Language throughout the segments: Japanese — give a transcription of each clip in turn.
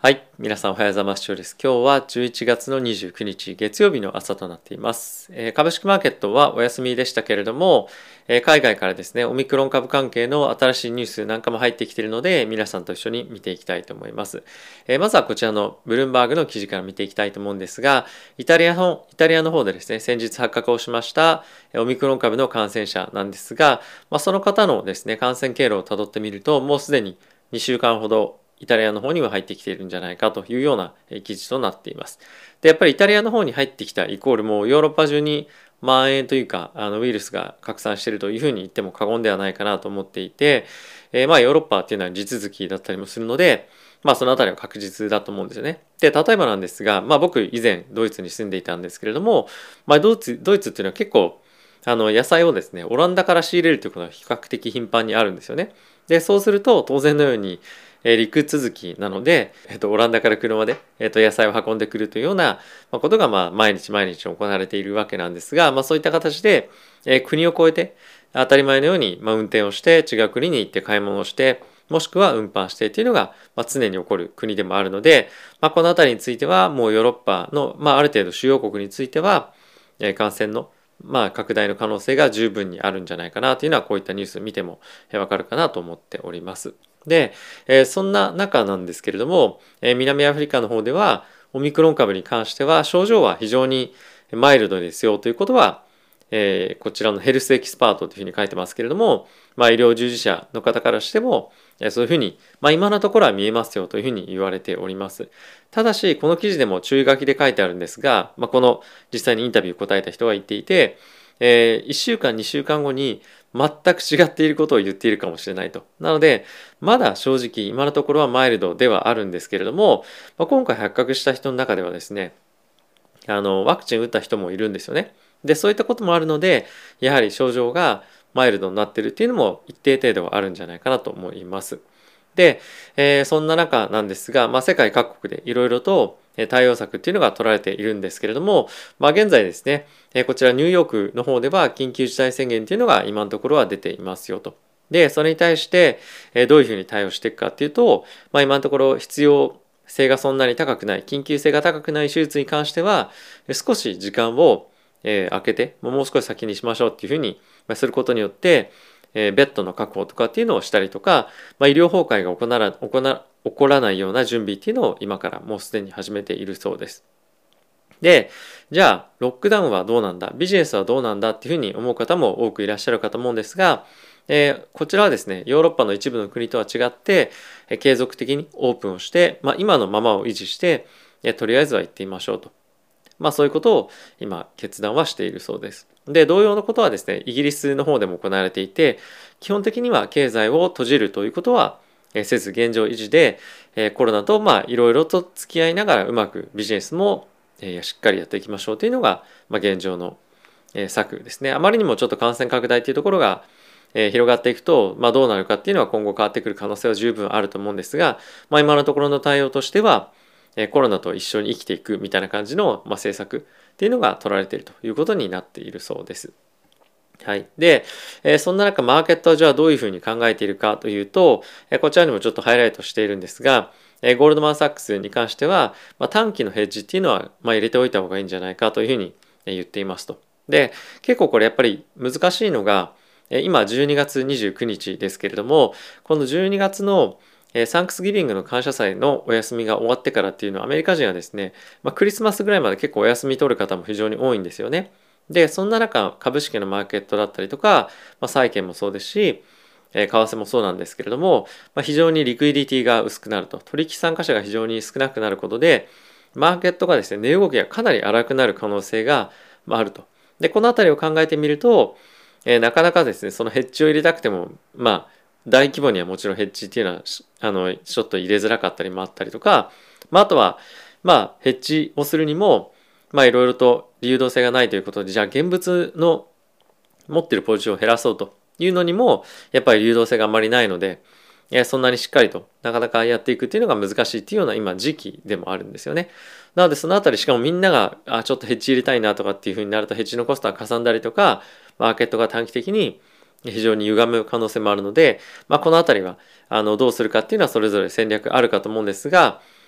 はい。皆さんおはようございます。しょうです。今日は11月の29日月曜日の朝となっています。株式マーケットはお休みでしたけれども、海外からですね、オミクロン株関係の新しいニュースなんかも入ってきているので、皆さんと一緒に見ていきたいと思います。まずはこちらのブルームバーグの記事から見ていきたいと思うんですが、イタリアの方でですね、先日発覚をしましたオミクロン株の感染者なんですが、その方のですね、感染経路をたどってみると、もうすでに2週間ほどイタリアの方には入ってきているんじゃないかというような記事となっています。で、やっぱりイタリアの方に入ってきたイコールもうヨーロッパ中に蔓延というかウイルスが拡散しているというふうに言っても過言ではないかなと思っていて、ヨーロッパっていうのは地続きだったりもするので、そのあたりは確実だと思うんですよね。で、例えばなんですが、僕以前ドイツに住んでいたんですけれども、ドイツっていうのは結構野菜をですね、オランダから仕入れるということが比較的頻繁にあるんですよね。で、そうすると当然のように陸続きなので、オランダから車で、野菜を運んでくるというようなことが毎日毎日行われているわけなんですが、そういった形で、国を越えて当たり前のように運転をして違う国に行って買い物をしてもしくは運搬してというのが常に起こる国でもあるので、この辺りについてはもうヨーロッパの、ある程度主要国については感染の拡大の可能性が十分にあるんじゃないかなというのはこういったニュースを見てもわかるかなと思っております。で、そんな中なんですけれども、南アフリカの方ではオミクロン株に関しては症状は非常にマイルドですよということは、こちらのヘルスエキスパートというふうに書いてますけれども、医療従事者の方からしてもそういうふうに、今のところは見えますよというふうに言われております。ただしこの記事でも注意書きで書いてあるんですが、この実際にインタビュー答えた人が言っていて、1週間2週間後に全く違っていることを言っているかもしれないと。なのでまだ正直今のところはマイルドではあるんですけれども、今回発覚した人の中ではですね、ワクチン打った人もいるんですよね。で、そういったこともあるので、やはり症状がマイルドになっているっていうのも一定程度はあるんじゃないかなと思います。で、そんな中なんですが、世界各国でいろいろと対応策っていうのが取られているんですけれども、現在ですね、こちらニューヨークの方では緊急事態宣言っていうのが今のところは出ていますよと。で、それに対してどういうふうに対応していくかっていうと、今のところ必要性がそんなに高くない、緊急性が高くない手術に関しては少し時間を空けてもう少し先にしましょうっていうふうにすることによってベッドの確保とかっていうのをしたりとか、医療崩壊が起こらないような準備っていうのを今からもうすでに始めているそうです。で、じゃあロックダウンはどうなんだ、ビジネスはどうなんだっていうふうに思う方も多くいらっしゃるかと思うんですが、こちらはですね、ヨーロッパの一部の国とは違って、継続的にオープンをして、今のままを維持して、とりあえずは行ってみましょうと。そういうことを今決断はしているそうです。で、同様のことはですね、イギリスの方でも行われていて、基本的には経済を閉じるということはせず現状維持で、コロナといろいろと付き合いながらうまくビジネスもしっかりやっていきましょうというのが現状の策ですね。あまりにもちょっと感染拡大というところが広がっていくと、どうなるかっていうのは今後変わってくる可能性は十分あると思うんですが、今のところの対応としてはコロナと一緒に生きていくみたいな感じの政策っていうのが取られているということになっているそうです。はい。で、そんな中マーケットはじゃあどういうふうに考えているかというと、こちらにもちょっとハイライトしているんですが、ゴールドマンサックスに関しては、短期のヘッジっていうのは入れておいた方がいいんじゃないかというふうに言っていますと。で、結構これやっぱり難しいのが、今12月29日ですけれども、この12月のサンクスギビングの感謝祭のお休みが終わってからっていうのはアメリカ人はですね、クリスマスぐらいまで結構お休み取る方も非常に多いんですよね。で、そんな中、株式のマーケットだったりとか、債券もそうですし、為替もそうなんですけれども、非常にリクイディティが薄くなると、取引参加者が非常に少なくなることで、マーケットがですね、値動きがかなり荒くなる可能性があると。で、このあたりを考えてみると、なかなかですね、そのヘッジを入れたくても、大規模にはもちろんヘッジっていうのはちょっと入れづらかったりもあったりとか、あとはヘッジをするにもいろいろと流動性がないということで、じゃあ現物の持ってるポジションを減らそうというのにもやっぱり流動性があまりないので、そんなにしっかりとなかなかやっていくっていうのが難しいっていうような今時期でもあるんですよね。なのでそのあたり、しかもみんながちょっとヘッジ入れたいなとかっていうふうになるとヘッジのコストがかさんだりとか、マーケットが短期的に非常に歪む可能性もあるので、このあたりはどうするかっていうのはそれぞれ戦略あるかと思うんですが、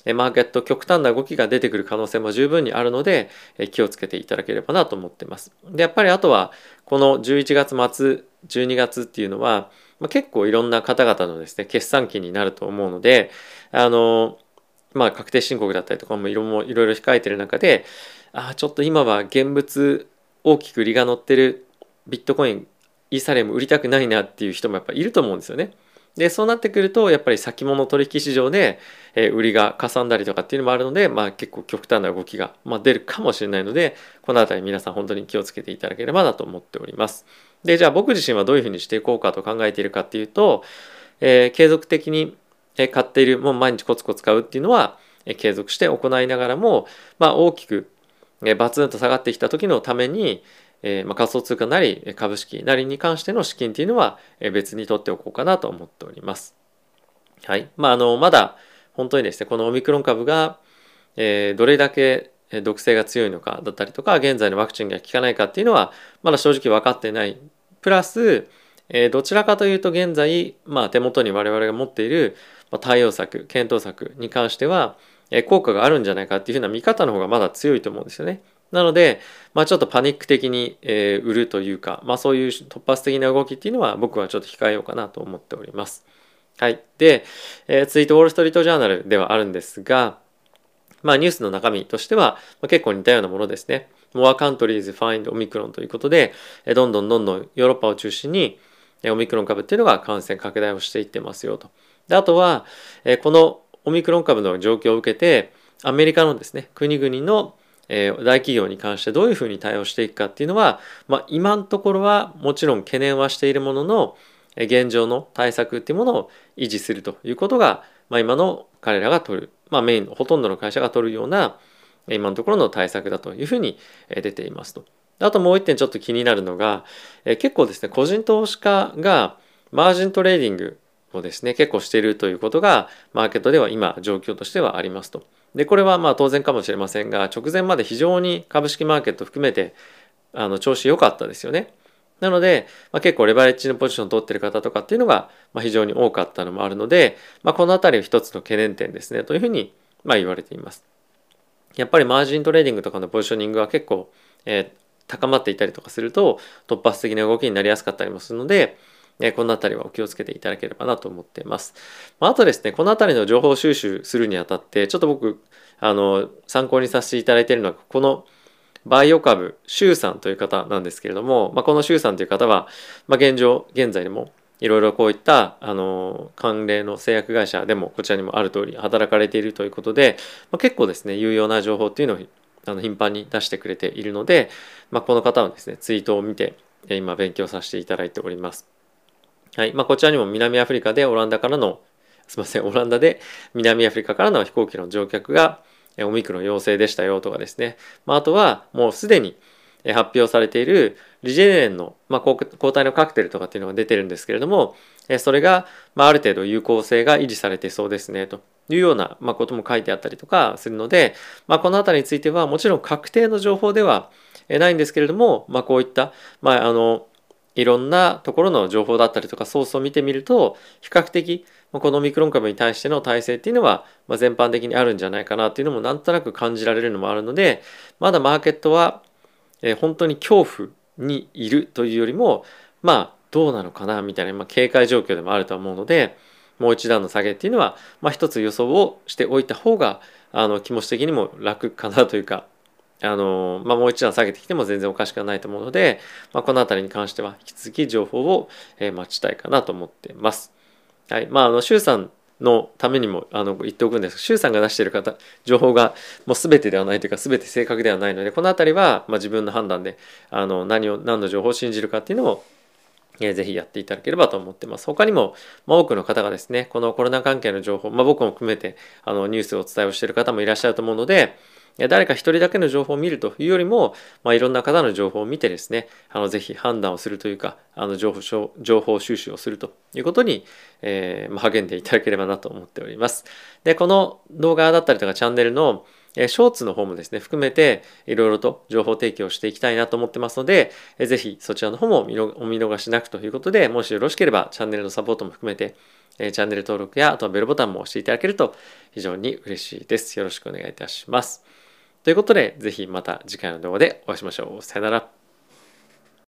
マーケット極端な動きが出てくる可能性も十分にあるので、気をつけていただければなと思っています。で、やっぱりあとはこの11月末、12月っていうのは、結構いろんな方々のですね、決算期になると思うので、確定申告だったりとかもいろいろ控えてる中で、ちょっと今は現物大きく利が乗ってるビットコイン、イーサリアム売りたくないなっていう人もやっぱいると思うんですよね。で、そうなってくるとやっぱり先物取引市場で売りがかさんだりとかっていうのもあるので、結構極端な動きが出るかもしれないので、このあたり皆さん本当に気をつけていただければなと思っております。で、じゃあ僕自身はどういうふうにしていこうかと考えているかっていうと、継続的に買っている、もう毎日コツコツ買うっていうのは継続して行いながらも、大きくバツンと下がってきた時のために、仮想通貨なり株式なりに関しての資金っていうのは別に取っておこうかなと思っております。はい。まだ本当にですね、このオミクロン株がどれだけ毒性が強いのかだったりとか、現在のワクチンが効かないかっていうのはまだ正直分かってない。プラス、どちらかというと現在、手元に我々が持っている対応策、検討策に関しては効果があるんじゃないかっていうふうな見方の方がまだ強いと思うんですよね。なので、ちょっとパニック的に売るというか、そういう突発的な動きっていうのは僕はちょっと控えようかなと思っております。はい。で、続いてウォール・ストリート・ジャーナルではあるんですが、ニュースの中身としては結構似たようなものですね。More countries find Omicron ということで、どんどんヨーロッパを中心にオミクロン株っていうのが感染拡大をしていってますよと。で、あとは、このオミクロン株の状況を受けて、アメリカのですね、国々の大企業に関してどういうふうに対応していくかっていうのは、今のところはもちろん懸念はしているものの、現状の対策っていうものを維持するということが、今の彼らが取る、メインのほとんどの会社が取るような今のところの対策だというふうに出ていますと。あともう一点ちょっと気になるのが、結構ですね、個人投資家がマージントレーディングをですね、結構しているということがマーケットでは今状況としてはありますと。で、これは当然かもしれませんが、直前まで非常に株式マーケット含めて調子良かったですよね。なので、結構レバレッジのポジションを取っている方とかっていうのが非常に多かったのもあるので、このあたりは一つの懸念点ですねというふうに言われています。やっぱりマージントレーディングとかのポジショニングは結構、高まっていたりとかすると突発的な動きになりやすかったりもするので、このあたりはお気をつけていただければなと思っています。あとですね、このあたりの情報収集するにあたってちょっと僕参考にさせていただいているのはこのバイオ株周さんという方なんですけれども、この周さんという方は、現在でもいろいろこういった関連の製薬会社でもこちらにもある通り働かれているということで、結構ですね有用な情報っていうのを頻繁に出してくれているので、この方はですねツイートを見て今勉強させていただいております。はい。こちらにも南アフリカでオランダで南アフリカからの飛行機の乗客がオミクロン陽性でしたよとかですね。あとはもうすでに発表されているリジェネレンの、抗体のカクテルとかっていうのが出てるんですけれども、それが、ある程度有効性が維持されてそうですねというような、ことも書いてあったりとかするので、このあたりについてはもちろん確定の情報ではないんですけれども、こういった、いろんなところの情報だったりとかソースを見てみると比較的このオミクロン株に対しての耐性っていうのは全般的にあるんじゃないかなっていうのもなんとなく感じられるのもあるので、まだマーケットは本当に恐怖にいるというよりもどうなのかなみたいな警戒状況でもあると思うので、もう一段の下げっていうのは一つ予想をしておいた方が気持ち的にも楽かなというか、もう一段下げてきても全然おかしくはないと思うので、このあたりに関しては引き続き情報を待ちたいかなと思っています。はい。周さんのためにも言っておくんですが、周さんが出している情報がもう全てではないというか全て正確ではないので、このあたりは自分の判断で何の情報を信じるかっていうのをぜひやっていただければと思ってます。他にも、多くの方がですね、このコロナ関係の情報、僕も含めてニュースをお伝えをしている方もいらっしゃると思うので、誰か一人だけの情報を見るというよりも、いろんな方の情報を見てですね、ぜひ判断をするというか、情報収集をするということに、励んでいただければなと思っております。で、この動画だったりとかチャンネルのショーツの方もですね、含めていろいろと情報提供していきたいなと思ってますので、ぜひそちらの方もお見逃しなくということで、もしよろしければチャンネルのサポートも含めてチャンネル登録やあとはベルボタンも押していただけると非常に嬉しいです。よろしくお願いいたします。ということで、ぜひまた次回の動画でお会いしましょう。さよなら。